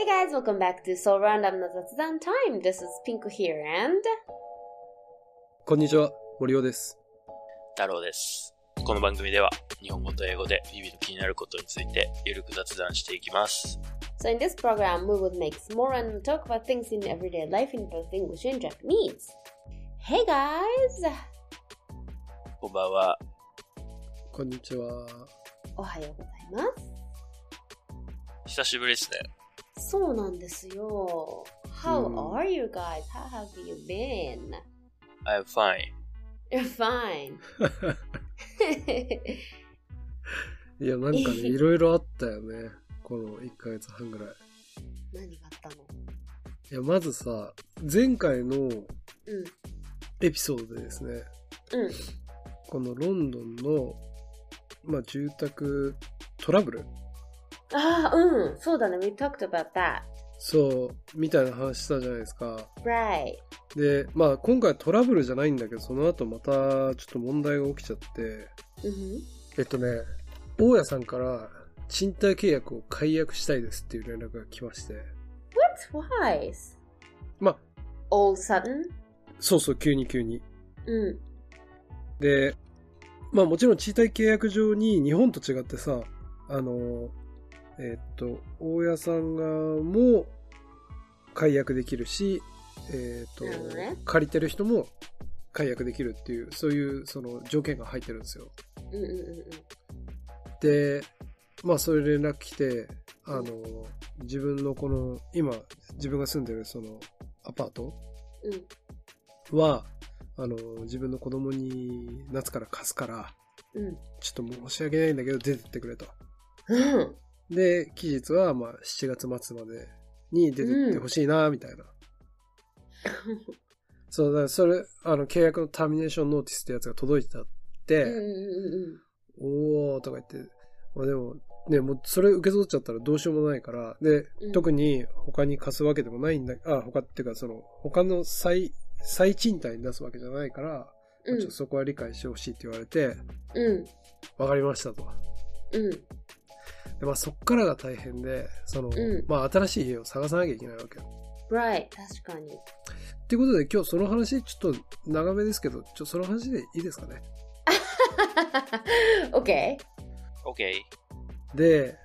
Hey guys, welcome back to So Random の雑談 Time. This is Pinku here and... こんにちは、森尾です。 太郎です。この番組では日本語と英語で日々の気になることについてゆるく雑談していきます。 So in this program, we would make small random talk about things in everyday life in both English and Japanese. Hey guys! こんばんは。 こんにちは。 おはようございます。 久しぶりですね。 そうなんですよ。How are you guys? How have you been? I'm fine. You're fine. いや、なんかね、いろいろあったよね。この1ヶ月半ぐらい。 何があったの？ いや、まずさ、前回のエピソードでですね、このロンドンの、住宅トラブル？ そうだね。We talked about that. そう、みたいな話したじゃないですか。 Right. で、今回トラブルじゃないんだけど、その後またちょっと問題が起きちゃって、大家さんから賃貸契約を解約したいですっていう連絡が来まして。 What? Why? All sudden? そう、急に。で、もちろん賃貸契約上に日本と違ってさ、大家さん側も解約できるし、借りてる人も解約できるっていう、そういうその条件が入ってるんですよ。で、そういう連絡来て、自分のこの、今、自分が住んでるそのアパートは、自分の子供に夏から貸すから、ちょっと申し訳ないんだけど出てってくれと。で、期日は7月末までに出てってほしいな、みたいな。そうだ、それ、契約のターミネーションノーティスってやつが届いてたって、おーとか言って、でも、ね、もうそれ受け取っちゃったらどうしようもないから、で、特に他に貸すわけでもないんだ、他っていうか他の再賃貸に出すわけじゃないから、ちょっとそこは理解してほしいって言われて、わかりましたと。で、そっからが大変で、新しい家を探さなきゃいけないわけよ。 Right, 確かに。 っていうことで今日その話、ちょっと長めですけど、その話でいいですかね。 OK。 で、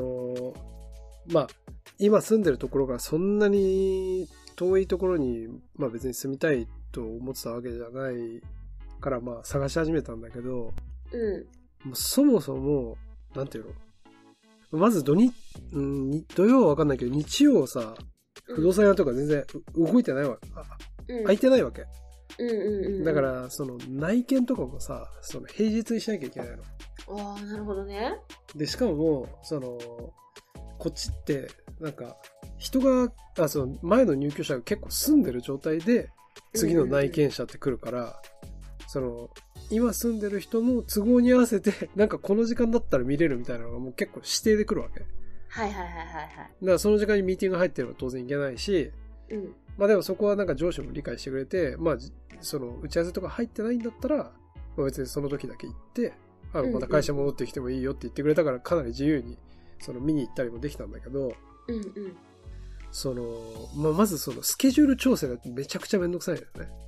今住んでるところがそんなに遠いところに、別に住みたいと思ってたわけじゃないから、探し始めたんだけど、もうそもそも、なんていうの？まず土曜はわかんないけど、日曜さ、不動産屋とか全然動いてないわけ。空いてないわけ。だから、内見とかもさ、平日にしなきゃいけないの。 なるほどね。 で、しかも、こっちって、人が、前の入居者が結構住んでる状態で、次の内見者って来るから、今住んでる人の都合に合わせて、この時間だったら見れるみたいなのがもう結構指定で来るわけ。だからその時間にミーティング入ってれば当然いけないし、でもそこは上司も理解してくれて、打ち合わせとか入ってないんだったら、別にその時だけ行って、また会社戻ってきてもいいよって言ってくれたからかなり自由に、見に行ったりもできたんだけど、まずスケジュール調整がめちゃくちゃめんどくさいんだよね。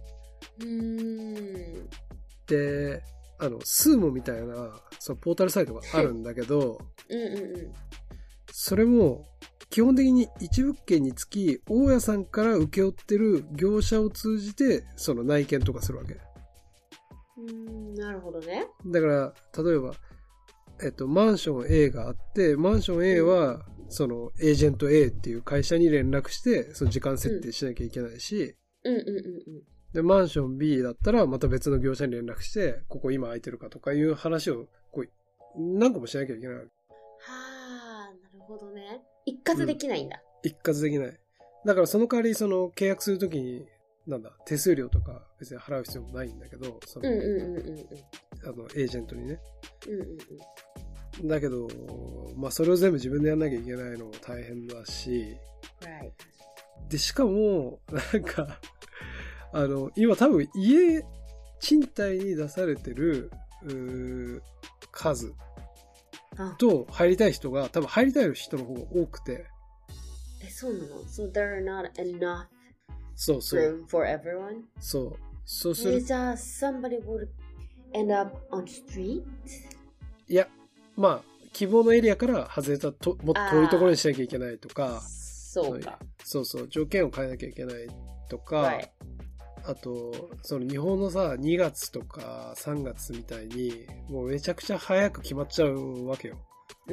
で、スーモみたいな、ポータルサイトがあるんだけど、それも、基本的に一物件につき、大家さんから請け負ってる業者を通じて、内見とかするわけ。 なるほどね。 だから、例えば、マンション A があって、マンション A は、エージェント A っていう会社に連絡して、時間設定しなきゃいけないし、で、マンション B だったら、また別の業者に連絡して、ここ今空いてるかとかいう話を、何個もしなきゃいけない。 なるほどね。一括できないんだ。 一括できない。だからその代わり、契約するときに、手数料とか別に払う必要もないんだけど、エージェントにね。だけど、それを全部自分でやんなきゃいけないのも大変だし、で、しかも、今多分賃貸に出されてる、数と入りたい人が多分入りたい人の方が多くて。 そうなの ?So there are not enough そうそう。 room for everyone? そう。そうする。 じゃあ somebody would end up on street? いや、まあ、希望のエリアから外れたと、もっと遠いところにしなきゃいけないとか、 そうか。 そうそう、条件を変えなきゃいけないとか、 Right. あと、その日本のさ、2月とか3月みたいに、もうめちゃくちゃ早く決まっちゃうわけよ。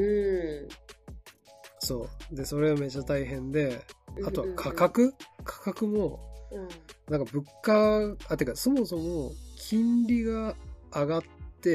そう。で、それはめちゃ大変で、あとは価格も、なんか物価、てかそもそも金利が上がって、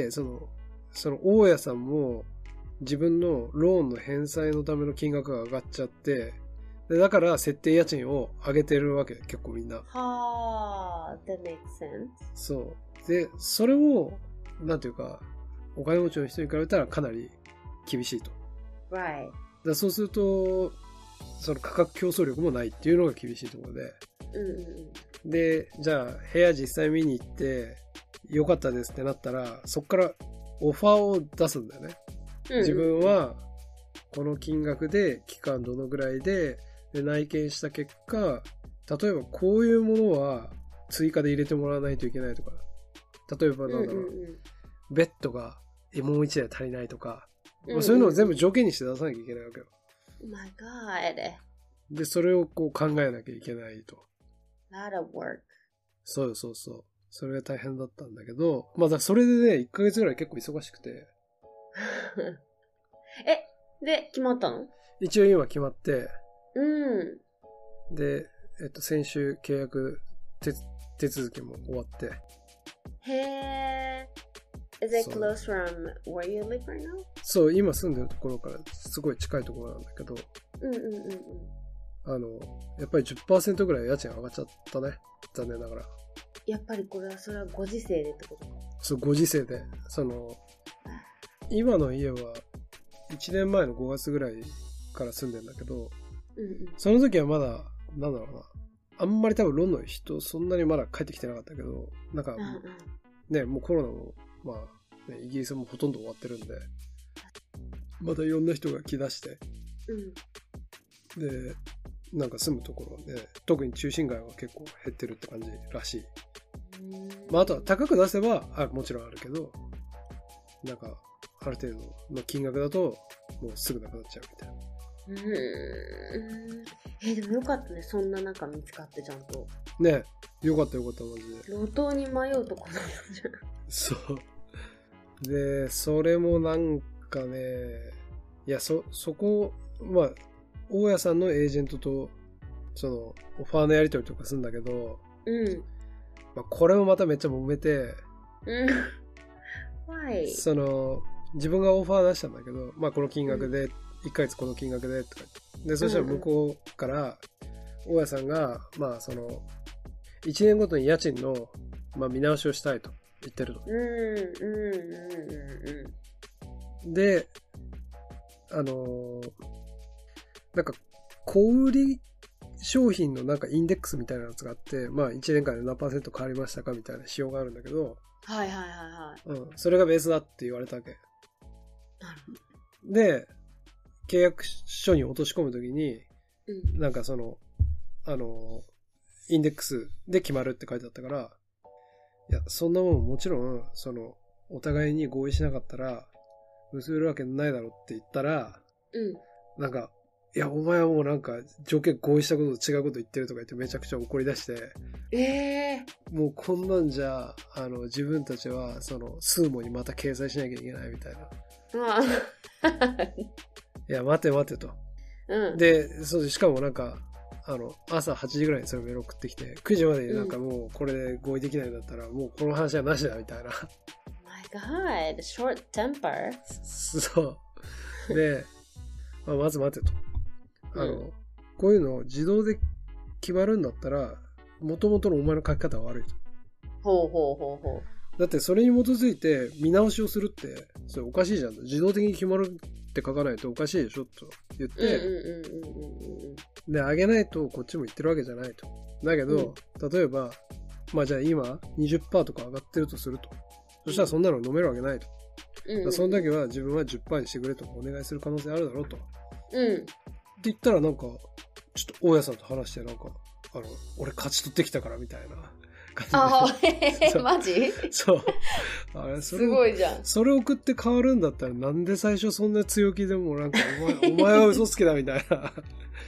その大家さんも自分のローンの返済のための金額が上がっちゃって、でだから設定家賃を上げてるわけ、結構みんな。 はあ、that makes sense. そう。で、それを、なんていうか、お金持ちの人に比べたらかなり厳しいと。 Right. だそうすると、その価格競争力もないっていうのが厳しいところで。で、じゃあ部屋実際見に行って良かったですってなったら、そこからオファーを出すんだよね。自分はこの金額で期間どのぐらいで内見した結果、例えばこういうものは追加で入れてもらわないといけないとか、例えばなんだろう、ベッドがもう1台足りないとか、そういうのを全部条件にして出さなきゃいけないわけよ。 Oh my god. で、それをこう考えなきゃいけないと。 Lot of work. そうそうそう。それが大変だったんだけど、まあだそれでね、1ヶ月ぐらい結構忙しくて。 で、決まったの？ 一応今決まって、で、先週契約手続きも終わって。 へー。Is it close from where you live right now? そう、今住んでるところからすごい近いところなんだけど、やっぱり 10% ぐらい家賃上がっちゃったね。残念ながら。 やっぱりそれはご時世でってことか。そう、 ご時世で。今の家は1年前の5月ぐらいから住んでんだけど、その時はまだ、なんだろうな。あんまり多分ロンドンの人そんなにまだ帰ってきてなかったけど、なんか、ね、もうコロナも、まあ、ね、イギリスもほとんど終わってるんで、またいろんな人が来だして、で、なんか住むところで、特に中心街は結構減ってるって感じらしい。まあ、あとは高く出せば、もちろんあるけど、なんか、ある程度の金額だと、もうすぐなくなっちゃうみたいな。 でもよかったね。そんな中見つかってちゃんと。 ね、よかったマジで。 路頭に迷うとこだったじゃん。 そう。で、それもなんかね、いや、そこ、まあ、大家さんのエージェントと、オファーのやり取りとかするんだけど、まあ、これもまためっちゃ揉めて、自分がオファー出したんだけど、まあ、この金額で、1ヶ月この金額で、とか言って。で、そしたら向こうから、大家さんが、まあ、1年ごとに家賃の、まあ、見直しをしたいと言ってると。で、なんか、小売り商品のなんかインデックスみたいなやつがあって、まあ1年間で何%変わりましたかみたいな仕様があるんだけど、それがベースだって言われたわけ。で、契約書に落とし込むときに、なんかインデックスで決まるって書いてあったから、いや、そんなもんもちろん、お互いに合意しなかったら、結べるわけないだろって言ったら、なんか、いや、お前はもうなんか、条件合意したことと違うこと言ってるとか言ってめちゃくちゃ怒り出して、もうこんなんじゃ、自分たちは、スーモにまた掲載しなきゃいけないみたいな。いや、待てと。で、しかもなんか、朝8時ぐらいにそれメール送ってきて、9時までになんかもうこれで合意できないんだったら、もうこの話はなしだみたいな。 My God, short temper. そう。で、まあ、まず待てと。こういうの自動で決まるんだったら、元々のお前の書き方は悪いと。だってそれに基づいて見直しをするって、それおかしいじゃん。自動的に決まるって書かないとおかしいでしょと言って、で、あげないとこっちも言ってるわけじゃないと。だけど、例えば、まあじゃあ今 20% とか上がってるとすると。そしたらそんなの飲めるわけないと。その時は自分は 10% にしてくれとお願いする可能性あるだろうと。って言ったらなんかちょっと大家さんと話してなんか、俺勝ち取ってきたからみたいな感じで。 あそうマジそう。あれ、 すごいじゃん。 それ送って変わるんだったらなんで最初そんな強気でもなんかお前は嘘つきだみたいな。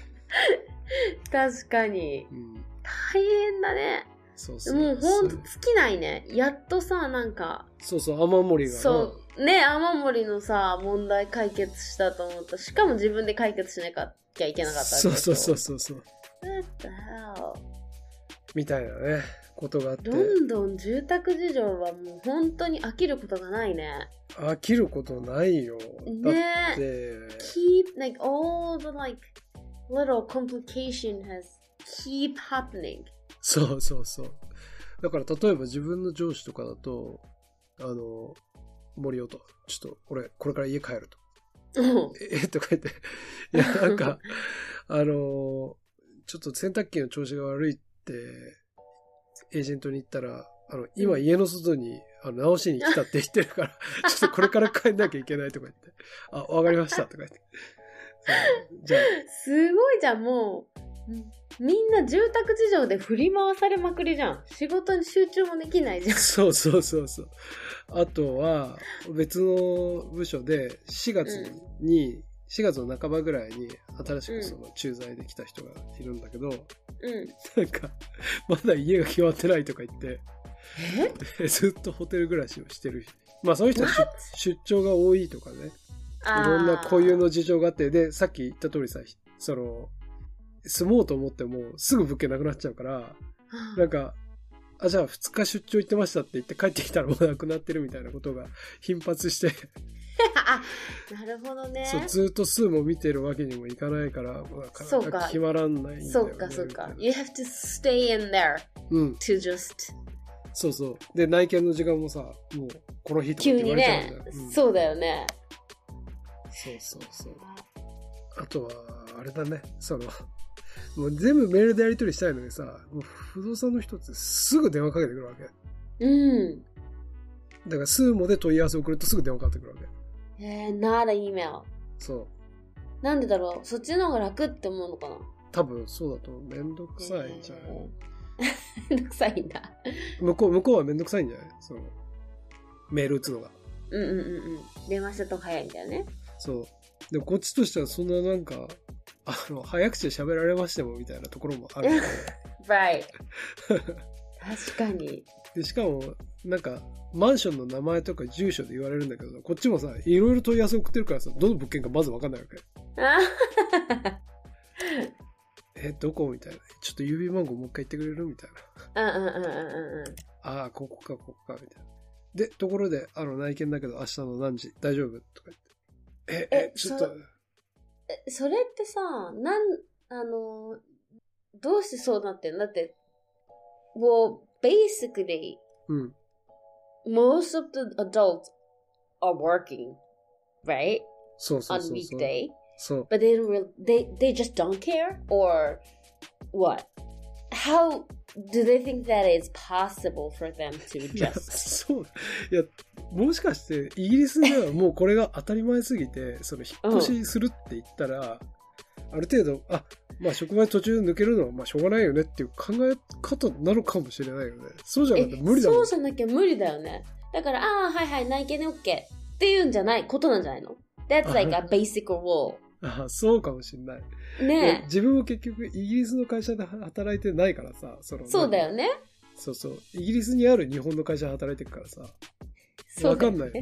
確かに。 うん、 大変だね。 そうそう。 もうほんと尽きないね。やっとさ、なんか。 そうそう、雨漏りが。 そうね、雨漏りのさ、問題解決したと思った。しかも自分で解決しなきゃいけなかったわけでしょ。 そうそう。 What the hell? みたいなね、ことがあって。 どんどん住宅事情はもう本当に飽きることがないね。 飽きることないよ。 ねだって。 keep, like, all the, like, little complication has keep happening. そう。だから例えば自分の上司とかだと、森尾と、ちょっと俺、これから家帰ると。とか言って、いや、なんか、ちょっと洗濯機の調子が悪いって、エージェントに言ったら、今家の外に、直しに来たって言ってるから、ちょっとこれから帰んなきゃいけないとか言って、あ、わかりましたとか言って。じゃあすごいじゃん、もう。みんな住宅事情で振り回されまくりじゃん。仕事に集中もできないじゃん。 そう。あとは、別の部署で4月の半ばぐらいに新しくその駐在で来た人がいるんだけど、なんか、まだ家が決まってないとか言って、ずっとホテル暮らしをしてる。まあそういう人は出張が多いとかね。いろんな固有の事情があって、で、さっき言った通りさ、住もうと思ってもすぐ物件なくなっちゃうから、なんか、じゃあ2日出張行ってましたって言って帰ってきたらもうなくなってるみたいなことが頻発してなるほどね。 そう、ずっと数も見てるわけにもいかないから、 そうか決まらんないんだよね。 そうか。You have to stay in there to just そう。で、内見の時間もさ、もうこの日とかって言われちゃうんだよ。 急にね、そうだよね。 そう。あとは、あれだね、もう全部メールでやり取りしたいのにさ、もう不動産の人ってすぐ電話かけてくるわけ。だから、スーモで問い合わせを送るとすぐ電話かかってくるわけ。 not an email。 そう。 なんでだろう、そっちの方が楽って思うのかな。 多分そうだとめんどくさいんじゃない？ めんどくさいんだ。 向こうはめんどくさいんじゃない？メール打つのが。 電話したと早いみたいなね。 そう。でもこっちとしてはそんななんか、早口で喋られましてもみたいなところもある。 right。確かに。 で、しかも、なんか、マンションの名前とか住所で言われるんだけど、こっちもさ、いろいろ問い合わせ送ってるからさ、どの物件かまず分かんないわけ。どこみたいな。ちょっと郵便番号もう一回言ってくれるみたいな。ここか、みたいな。で、ところで、内見だけど明日の何時大丈夫とか言って。ちょっと。 それってさ、どうしてそうなってんだって、basically, most of the adults are working, right? そう。 On weekday. そう。 But they just don't care? Or what? How do they think that it's possible for them to just... そう。いや、もしかしてイギリスではもうこれが当たり前すぎて、引っ越しするって言ったら、ある程度、まあ職場で途中で抜けるのはまあしょうがないよねっていう考え方なのかもしれないよね。そうじゃなくて無理だもん。 そうじゃなきゃ無理だよね。だから、はい、内見で OK っていうんじゃないことなんじゃないの？ That's like a basic rule. そうかもしれない。 ねえ。 自分も結局イギリスの会社で働いてないからさ、 そうだよね。 そう。イギリスにある日本の会社で働いてるからさ。わかんない。確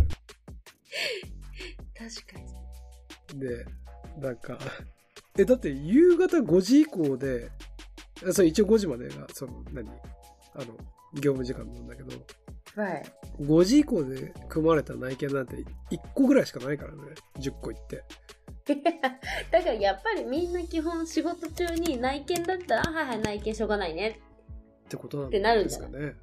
かに。で、なんか、だって夕方5時以降で、一応5時までが、業務時間なんだけど、5時以降で組まれた内見なんて1個ぐらいしかないからね。10個行って。 だからやっぱりみんな基本仕事中に内見だったら、はい、内見しょうがないね。 ってことなんですかね。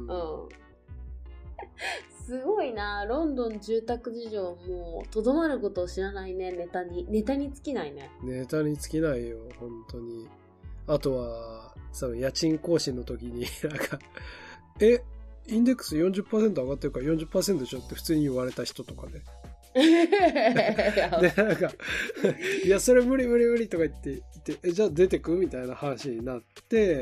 すごいな。ロンドン住宅事情もとどまることを知らないね。ネタに尽きないね。 ネタに尽きないよ、本当に。あとは、家賃更新の時に、なんか、インデックス 40% 上がってるから 40% でしょって普通に言われた人とかね。 で、なんか、いや、それ無理無理無理とか言ってじゃあ出てくみたいな話になって、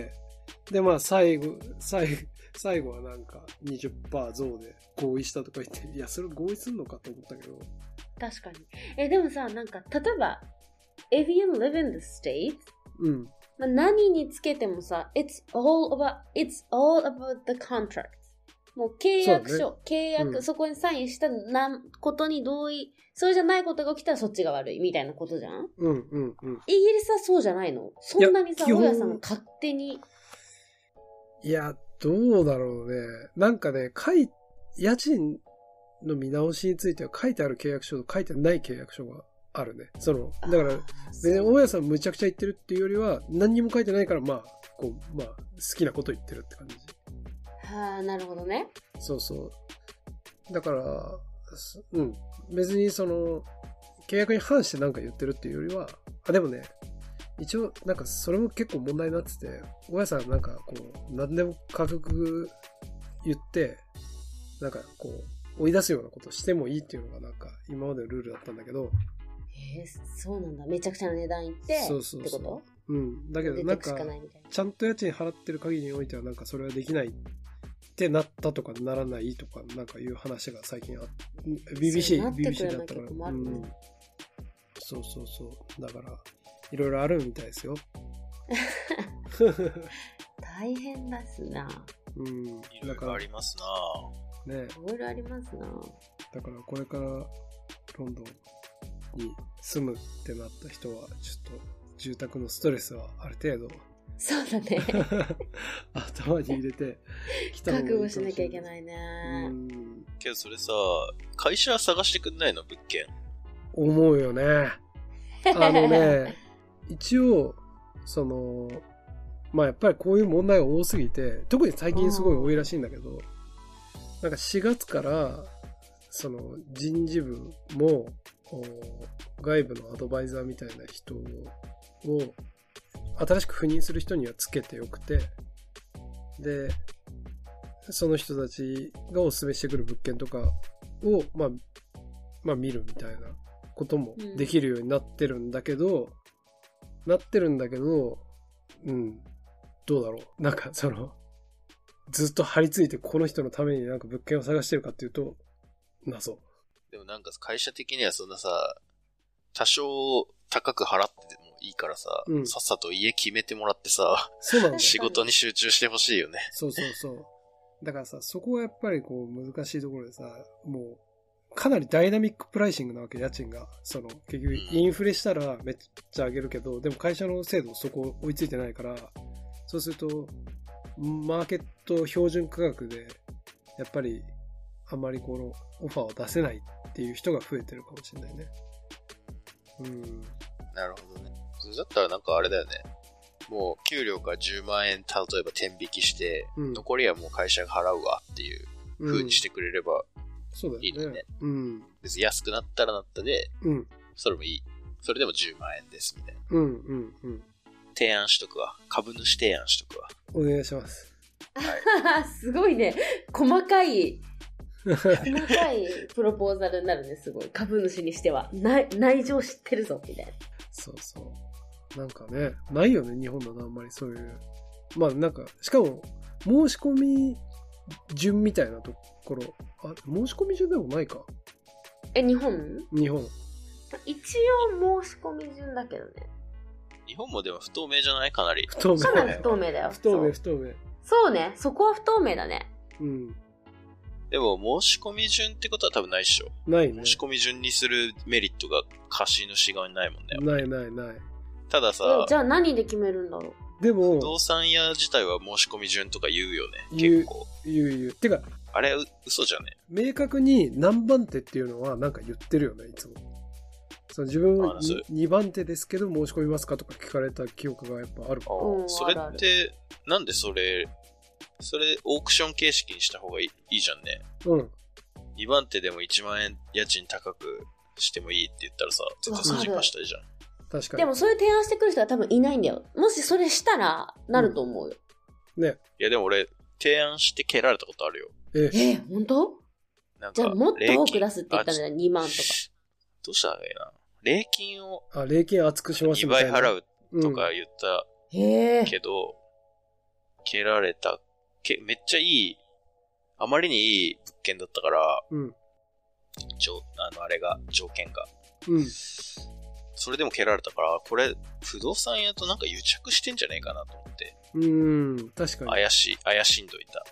で、まあ最後はなんか 20% 増で合意したとか言って、いや、それ合意すんのかと思ったけど。 確かに。でもさ、なんか、例えば、if you live in the States、 うん。 まあ、何につけてもさ、it's all about the contract。もう契約書、 そうね、 契約、そこにサインしたことに同意、それじゃないことが起きたらそっちが悪いみたいなことじゃん。 うんうんうん。 イギリスはそうじゃないの？そんなにさ、大家さんが勝手に。 いや、どうだろうね。なんかね、家賃の見直しについては書いてある契約書と書いてない契約書があるね。だから、別に大家さんむちゃくちゃ言ってるっていうよりは、何にも書いてないから、まあ、好きなこと言ってるって感じ。 はあ、なるほどね。 そうそう。だから、別に契約に反して何か言ってるっていうよりは、でもね、一応、なんかそれも結構問題になってて、大家さんなんか何でも価格言って、なんか追い出すようなことしてもいいっていうのがなんか今までのルールだったんだけど。 そうなんだ。めちゃくちゃな値段言って、 そうってこと？ だけどなんか、ちゃんと家賃払ってる限りにおいてはなんかそれはできないってなったとかならないとかなんかいう話が最近BBC だったから。そう。だから、いろいろあるみたいですよ。 大変ですな。 いろいろありますな。 ね。 いろいろありますな。 だからこれからロンドンに住むってなった人は、ちょっと住宅のストレスはある程度。 そうだね。 頭に入れて覚悟しなきゃいけないね。 けどそれさ、会社は探してくんないの？物件。 思うよね。一応、やっぱりこういう問題が多すぎて、特に最近すごい多いらしいんだけど、なんか4月から、人事部も、外部のアドバイザーみたいな人を、新しく赴任する人にはつけてよくて、で、その人たちがお勧めしてくる物件とかを、見るみたいなこともできるようになってるんだけど、どうだろう。なんかずっと張り付いてこの人のためになんか物件を探してるかっていうと、謎。 でもなんか会社的にはそんなさ、多少高く払っててもいいからさ、さっさと家決めてもらってさ、 そうなんだ。 仕事に集中してほしいよね。 そう。だからさ、そこはやっぱり難しいところでさ、もう、かなりダイナミックプライシングなわけ、家賃が。結局、インフレしたらめっちゃ上げるけど、でも会社の制度そこ追いついてないから、そうすると、マーケット標準価格で、やっぱり、あまりオファーを出せないっていう人が増えてるかもしれないね。 なるほどね。それだったらなんかあれだよね。もう、給料から10万円、例えば天引きして、残りはもう会社が払うわっていう風にしてくれればいいのね。別に安くなったらなったで、それもいい。それでも10万円ですみたいな。提案しとくわ。株主提案しとくわ。 お願いします。 はい、すごいね。細かいプロポーザルになるね、すごい。株主にしては。内情知ってるぞ、みたいな。 そう。なんかね、ないよね、日本だとあんまりそういう。なんか、しかも、申し込み順みたいなところ。申し込み順でもないか。 日本一応申し込み順だけどね。 日本もでも不透明じゃない？かなり。 かなり不透明だよ。 不透明。 そうね、そこは不透明だね。 でも、申し込み順ってことは多分ないっしょ。 ないね。 申し込み順にするメリットが貸主側にないもんね。 ない。 たださ、 じゃあ何で決めるんだろう。 でも、 不動産屋自体は申し込み順とか言うよね。結構。 言う。てか、 あれ嘘じゃね？ 明確に何番手っていうのはなんか言ってるよね、いつも。自分は2番手ですけど申し込みますかとか聞かれた記憶がやっぱある。 それって、なんでそれオークション形式にした方がいいじゃんね。2番手でも1万円家賃高くしてもいいって言ったらさ、絶対筋貸したいじゃん。 確かに。 でもそういう提案してくる人は多分いないんだよ。もしそれしたらなると思うよ。 ね。 いやでも俺、提案して蹴られたことあるよ。 本当？ なんかじゃあもっと多く出すって言ったんだよ、2万とか。 どうしたらいいな。礼金を礼金厚くします 2 みたいな。 倍払うとか言ったけど、蹴られた、めっちゃいい、あまりにいい物件だったから、あれが、条件が。それでも蹴られたから、これ、不動産屋となんか癒着してんじゃねえかなと思って。 確かに。 怪しんどいた。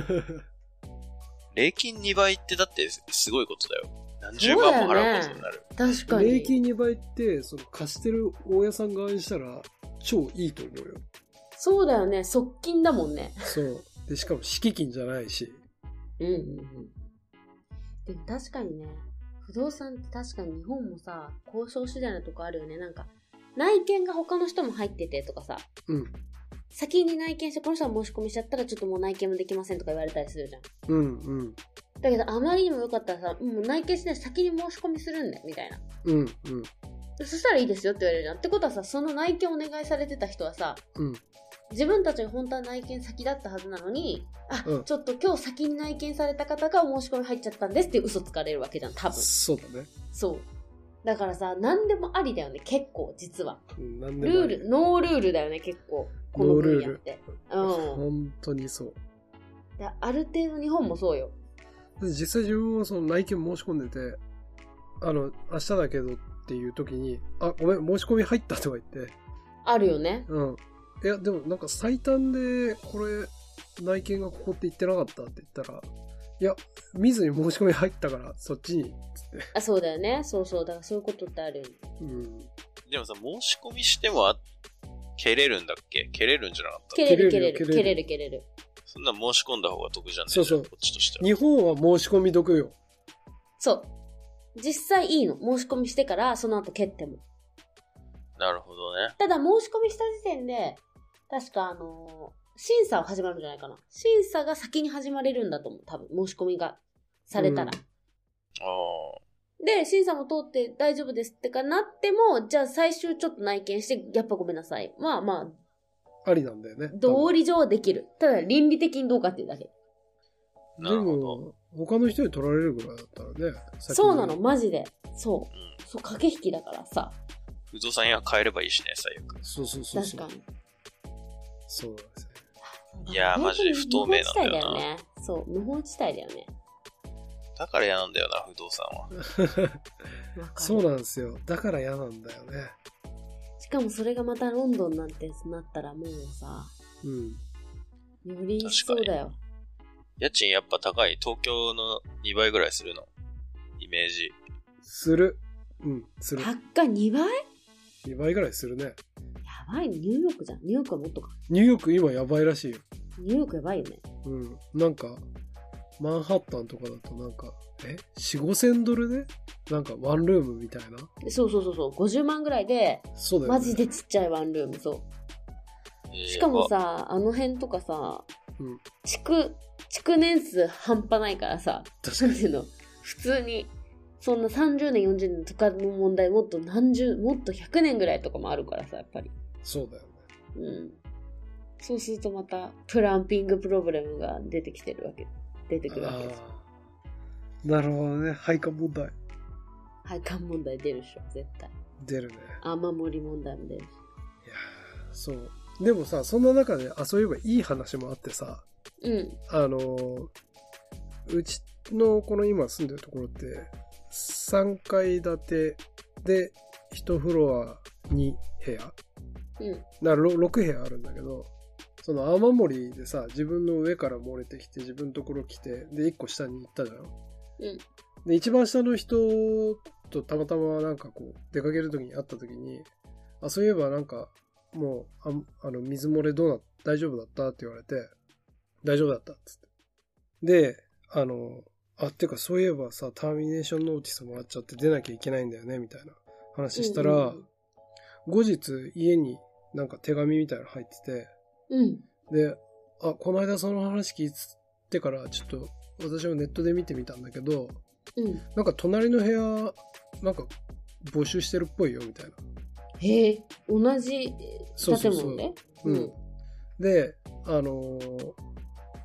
礼金2倍ってだってすごいことだよ。何十万も払うことになる。 確かに。 礼金2倍って、貸してる大家さん側にしたら、超いいと思うよ。 そうだよね。側近だもんね。 そう。で、しかも敷金じゃないし。 でも確かにね、不動産って確かに日本もさ、交渉次第なとこあるよね。なんか、内見が他の人も入っててとかさ、先に内見して、この人が申し込みしちゃったらちょっともう内見もできませんとか言われたりするじゃん。だけど、あまりにもよかったらさ、もう内見しない先に申し込みするんだよ、みたいな。そしたらいいですよって言われるじゃん。ってことはさ、その内見お願いされてた人はさ、自分たちが本当は内見先だったはずなのに、ちょっと今日先に内見された方がお申し込み入っちゃったんですって嘘つかれるわけじゃん、多分。 そうだね。 そう。だからさ、何でもありだよね、結構、実は。ノールールだよね、結構。この分野って。 本当にそう。 ある程度日本もそうよ。 実際自分もその内見申し込んでて、明日だけどっていう時に、ごめん、申し込み入ったとか言って。 あるよね。 いや、でもなんか最短で、これ、内見がここって言ってなかったって言ったら、いや、見ずに申し込み入ったから、そっちに、つって。 そうだよね。そう。だからそういうことってあるよね。 でもさ、申し込みしても蹴れるんだっけ？蹴れるんじゃなかった？ 蹴れる。 そんな申し込んだ方が得じゃんね。 そう。 こっちとしては。 日本は申し込み得よ。 そう。実際いいの。申し込みしてから、その後蹴っても。 なるほどね。 ただ申し込みした時点で、確か審査は始まるんじゃないかな。審査が先に始まれるんだと思う。多分、申し込みがされたら。で、審査も通って大丈夫ですってかなっても、じゃあ最終ちょっと内見して、やっぱごめんなさい。まあ。 ありなんだよね。 道理上できる。ただ倫理的にどうかっていうだけ。 でも、他の人に取られるぐらいだったらね。 そうなの、マジで。そう。そう、駆け引きだからさ。 不動産屋変えればいいしね、最悪。 そう。 確かに。 そうなんですね。 いやー、マジで不透明なんだよな。 そう、無法地帯だよね。 だから嫌なんだよな、不動産は。 そうなんですよ。だから嫌なんだよね。 しかもそれがまたロンドンなんてなったらもうさ、より一層だよ。 家賃やっぱ高い。東京の2倍ぐらいするの。イメージ。 する。する。 高っ2倍 ?2 倍ぐらいするね。 やばい、ニューヨークじゃん。ニューヨークはもっとか。 ニューヨーク今やばいらしいよ。 ニューヨークやばいよね。 なんか、マンハッタンとかだとなんか、4、5千ドルでなんかワンルームみたいな。 そう。50万ぐらいで、 そうだよね。 マジでちっちゃいワンルーム、そう。しかもさ、あの辺とかさ、築年数半端ないからさ、なんていうの、普通に、そんな30年、40年とかの問題もっともっと100年ぐらいとかもあるからさ、やっぱり。 そうだよね。 そうするとまた、プランピングプロブレムが出てくるわけです。 なるほどね。配管問題。 配管問題出るでしょ、絶対。 出るね。 雨漏り問題も出るし。いやそう。でもさ、そんな中で、そういえばいい話もあってさ、うちのこの今住んでるところって、3階建てで1フロア2部屋。だから6部屋あるんだけど、その雨漏りでさ、自分の上から漏れてきて、自分のところ来て、で、1個下に行ったじゃん。で、一番下の人とたまたまなんかこう、出かけるときに会ったときに、そういえばなんか、もう、水漏れ大丈夫だったって言われて、大丈夫だったっつって。で、てかそういえばさ、ターミネーションノーティスもらっちゃって出なきゃいけないんだよね、みたいな話したら、後日家になんか手紙みたいなの入ってて、で、この間その話聞いてからちょっと私もネットで見てみたんだけど、なんか隣の部屋、なんか募集してるっぽいよ、みたいな。 へえ、同じ建物で？ で、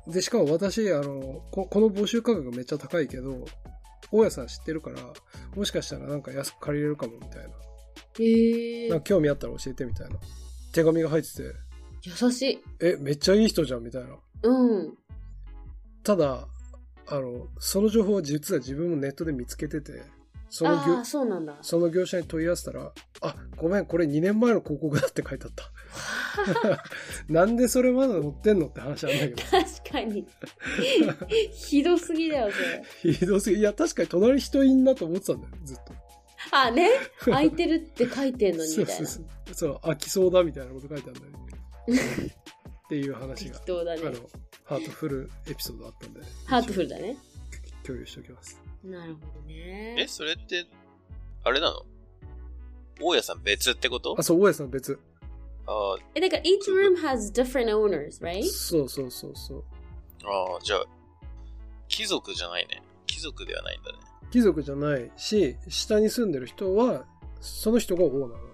で、しかも私、この募集価格めっちゃ高いけど、大家さん知ってるから、もしかしたらなんか安く借りれるかもみたいな。なんか興味あったら教えてみたいな。手紙が入ってて。 優しい。 めっちゃいい人じゃんみたいな。 うん。 ただ、その情報を実は自分もネットで見つけてて、そうなんだ。その業者に問い合わせたら、ごめん、これ2年前の広告だって書いてあった。なんでそれまだ載ってんのって話なんだけど。 確かに。ひどすぎだよ、それ。ひどすぎ。いや、確かに隣人いんなと思ってたんだよ、ずっと。 ね。空いてるって書いてんのにみたいな。 そう、空きそうだみたいなこと書いてあるんだよね。っていう話が。 適当だね。 ハートフルエピソードあったんで。 ハートフルだね。 共有しておきます。 なるほどね。 それって、あれなの？大家さん別ってこと？ そう、大家さん別。 だから each room has different owners, right? そう。 じゃあ、貴族じゃないね。貴族ではないんだね。 貴族じゃないし、下に住んでる人は、その人がオーナーなんだって。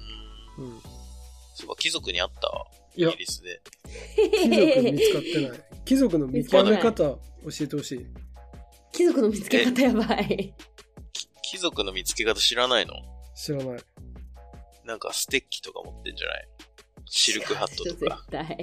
そうか、貴族にあったイギリスで。 貴族見つかってない。貴族の見極め方教えてほしい。 貴族の見つけ方やばい。 貴族の見つけ方知らないの？ 知らない。 なんかステッキとか持ってんじゃない？シルクハットとか。 絶対。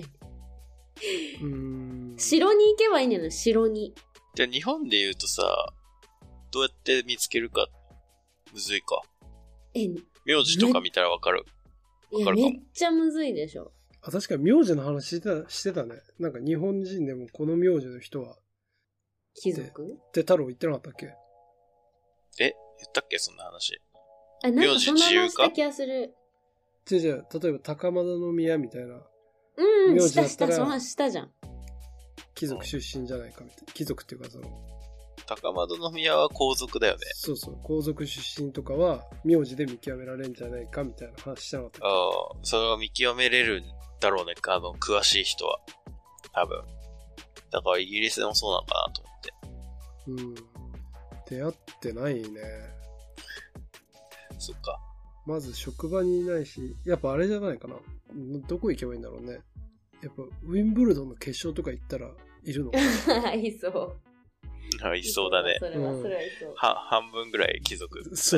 城に行けばいいんじゃない？城に。 じゃあ日本で言うとさ、どうやって見つけるか、むずいか。名字とか見たらわかる。 いや、めっちゃむずいでしょ。 確かに名字の話してたね。なんか日本人でもこの名字の人は。 貴族？ って太郎言ってなかったっけ？ 言ったっけそんな話。 なんかそんな話した気がする。 例えば高円宮みたいな。 名字だったらその話したじゃん。 貴族出身じゃないかみたいな。貴族っていうか高円宮は皇族だよね。 そう。皇族出身とかは名字で見極められるんじゃないかみたいな話してなかったっけ？ それは見極めれるんだろうね。詳しい人は。多分。だからイギリスでもそうなのかなと思って。 出会ってないね。 そっか。 まず職場にいないし、やっぱあれじゃないかな。どこ行けばいいんだろうね。やっぱウィンブルドンの決勝とか行ったらいるのかな。 いそう。 いそうだね。 それはいそう。 半分ぐらい貴族。 そう。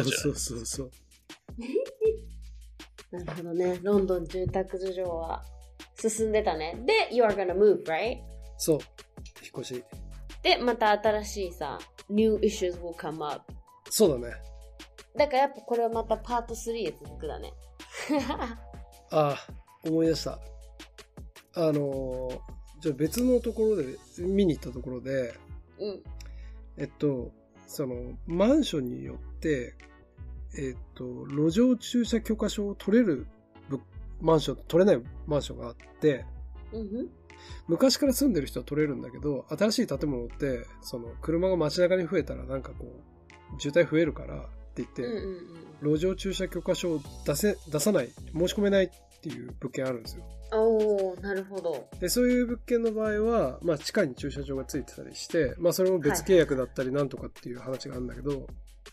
なるほどね。ロンドン住宅事情は進んでたね。で、you are gonna move, right? そう。引っ越し。 で、また新しいさ、new issues will come up. そうだね。 だからやっぱこれはまたパート3へ続くだね。 思い出した。じゃあ別のところで、見に行ったところで、マンションによって、路上駐車許可証を取れるマンションと取れないマンションがあって、昔から住んでる人は取れるんだけど、新しい建物って、車が街中に増えたらなんか渋滞増えるからって言って、路上駐車許可証を出さない、申し込めないっていう物件あるんですよ。 なるほど。 で、そういう物件の場合は、地下に駐車場がついてたりして、それも別契約だったりなんとかっていう話があるんだけど、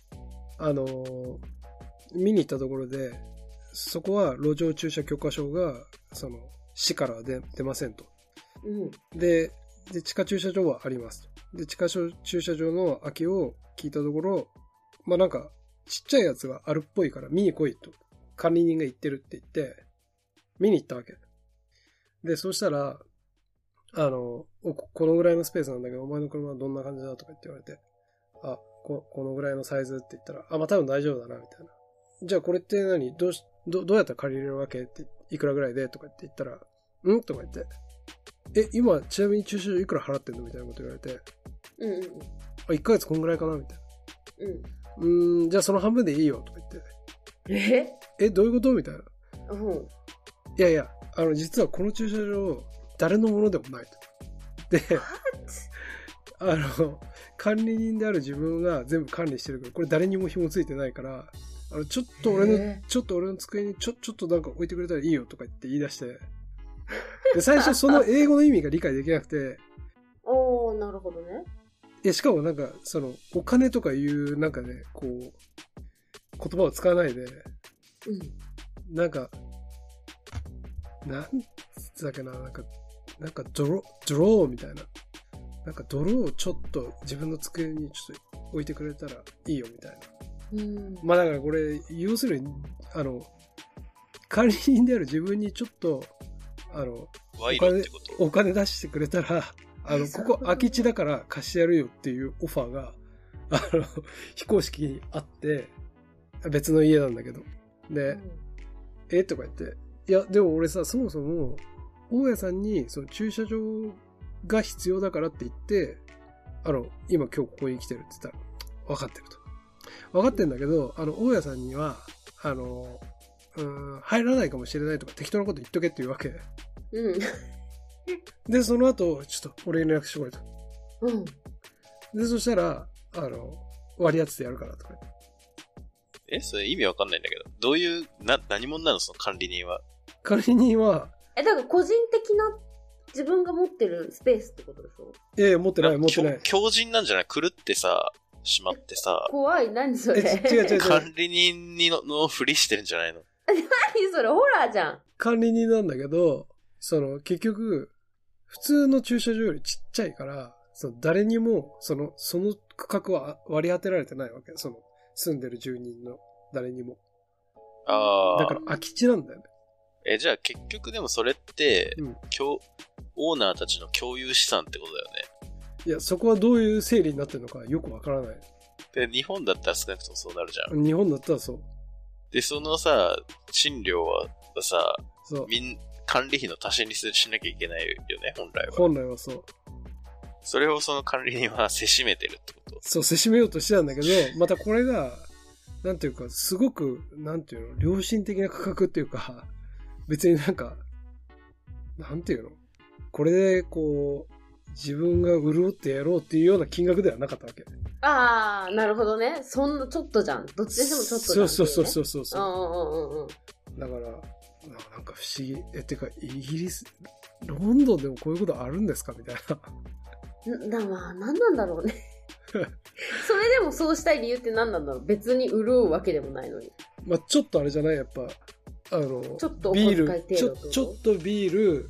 見に行ったところで、そこは路上駐車許可証が、市からは出ませんと。で、地下駐車場はありますと。で、地下駐車場の空きを聞いたところ、なんか、ちっちゃいやつがあるっぽいから見に来いと、管理人が言ってるって言って、見に行ったわけ。で、そうしたら、このぐらいのスペースなんだけど、お前の車はどんな感じだとか言われて、このぐらいのサイズって言ったら、多分大丈夫だな、みたいな。じゃあこれってどうやったら借りれるわけって、いくらぐらいでとかって言ったら、とか言って、今、ちなみに駐車場いくら払ってんのみたいなこと言われて、1ヶ月こんぐらいかなみたいな。じゃあその半分でいいよ、とか言って。どういうことみたいな。いや、実はこの駐車場、誰のものでもないと。で、管理人である自分が全部管理してるけど、これ誰にも紐ついてないから、ちょっと俺の机にちょっとなんか置いてくれたらいいよとか言い出して、で、最初その英語の意味が理解できなくて、 なるほどね。 しかもなんか、お金とかいうなんかね、言葉を使わないで、なんか、なんつったっけな、なんか、 なんかドローみたいな。なんか泥をちょっと自分の机にちょっと置いてくれたらいいよみたいな。まあだからこれ、要するに、管理人である自分にちょっと、お金出してくれたら、ここ空き地だから貸してやるよっていうオファーが、非公式にあって、別の家なんだけど。で、とか言って、いや、でも俺さ、そもそも、大家さんに、その駐車場が必要だからって言って、今日ここに来てるって言ったら、分かってると。分かってんだけど、大家さんには、入らないかもしれないとか適当なこと言っとけっていうわけ。で、その後、ちょっと俺に連絡してこいと。で、そしたら、割り当ててやるからとか。 それ意味わかんないんだけど。どういう、何者なのその管理人は。 管理人は、 だから個人的な自分が持ってるスペースってことでしょ？ いやいや、持ってない。 強靭なんじゃない？狂ってさ、しまってさ。 怖い、何それ。 違う。 管理人のふりしてるんじゃないの？ 何それ、ホラーじゃん。 管理人なんだけど、結局、普通の駐車場よりちっちゃいから、誰にも、その区画は割り当てられてないわけ。住んでる住人の誰にも。だから空き地なんだよね。 じゃあ結局でもそれって、オーナーたちの共有資産ってことだよね。 いや、そこはどういう整理になってるのかよくわからない。 で、日本だったら少なくともそうなるじゃん。 日本だったらそう。 で、そのさ、賃料はさ、管理費の足しにしなきゃいけないよね、本来は。 本来はそう。 それをその管理人はせしめてるってこと？ そう、せしめようとしてたんだけど、またこれが、なんていうか、すごく、なんていうの、良心的な価格っていうか、別になんか、なんていうの、これでこう、自分が潤ってやろうっていうような金額ではなかったわけ。 ああ、なるほどね。そんなちょっとじゃん。どっちでしてもちょっとじゃん、ね。 そう。だから、なんか不思議。てか、イギリス、ロンドンでもこういうことあるんですかみたいな。 まあ、何なんだろうね。それでもそうしたい理由って何なんだろう。別に潤うわけでもないのに。 まあ、ちょっとあれじゃない？やっぱ、 ちょっとお小遣い程度ちょっとビール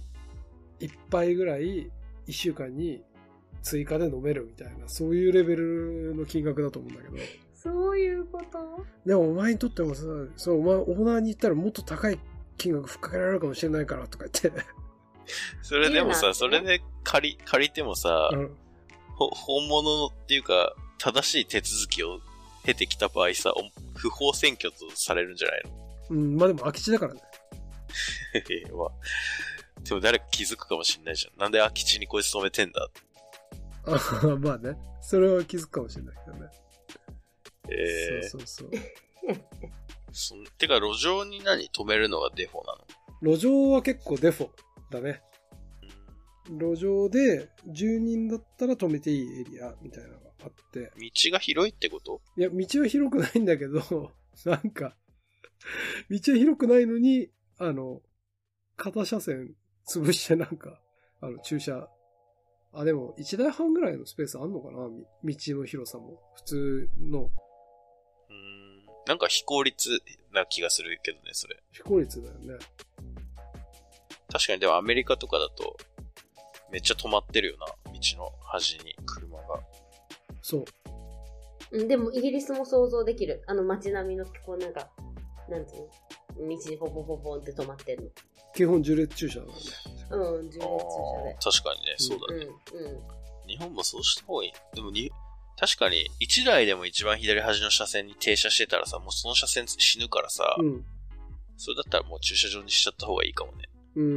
1杯ぐらい1週間に追加で飲めるみたいな、そういうレベルの金額だと思うんだけど。 そういうこと？ でもお前にとってもさ、お前オーナーに言ったらもっと高い金額ふっかけられるかもしれないからとか言って。 それでもさ、それで借りてもさ、本物っていうか、正しい手続きを経てきた場合さ、不法占拠とされるんじゃないの？ まあでも空き地だからね。 まあ、でも誰か気づくかもしんないじゃん。なんで空き地にこいつ止めてんだってまあね。それは気づくかもしれないけどね。そう。 てか、路上に止めるのがデフォなの？路上は結構デフォだね。路上で10人だったら止めていいエリアみたいなのがあって。 道が広いってこと？ いや、道は広くないんだけど、なんか、道は広くないのに、片車線潰してなんか、駐車。でも、1台半ぐらいのスペースあんのかな？道の広さも。普通の。 なんか非効率な気がするけどね、それ。 非効率だよね。 確かに、でもアメリカとかだと、めっちゃ止まってるよな、道の端に車が。 そう。 でもイギリスも想像できる。街並みのこうなんか、なんつうの、道にポポポポンって止まってるの。 基本縦列駐車だね。 縦列駐車で。 確かにね、そうだね。日本もそうした方がいい。でも確かに1台でも一番左端の車線に停車してたらさ、もうその車線死ぬからさ、それだったらもう駐車場にしちゃった方がいいかもね。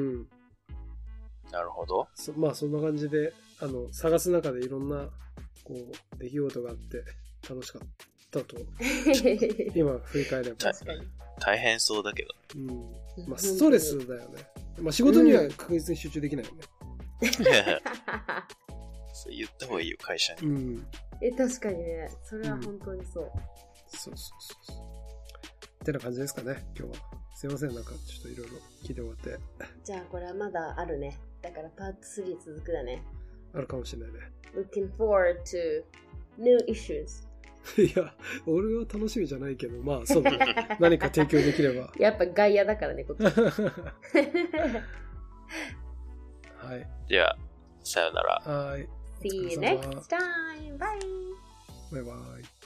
なるほど。 まあそんな感じで、探す中でいろんな、こう、出来事があって楽しかったと、今振り返れば。 大変そうだけど。 まあストレスだよね。まあ仕事には確実に集中できないよね。 そう言った方がいいよ、会社に。 確かにね。それは本当にそう。 そう。ってな感じですかね、今日は。すいません、なんかちょっといろいろ聞いてもらって。 じゃあこれはまだあるね。だからパート3続くだね。 あるかもしれないね。 Looking forward to new issues. いや、俺は楽しみじゃないけど、まあそうだね。何か提供できれば。 やっぱ外野だからね、こっち。 ははい。 では、さよなら。 はい。 See you next time. Bye. バイバイ。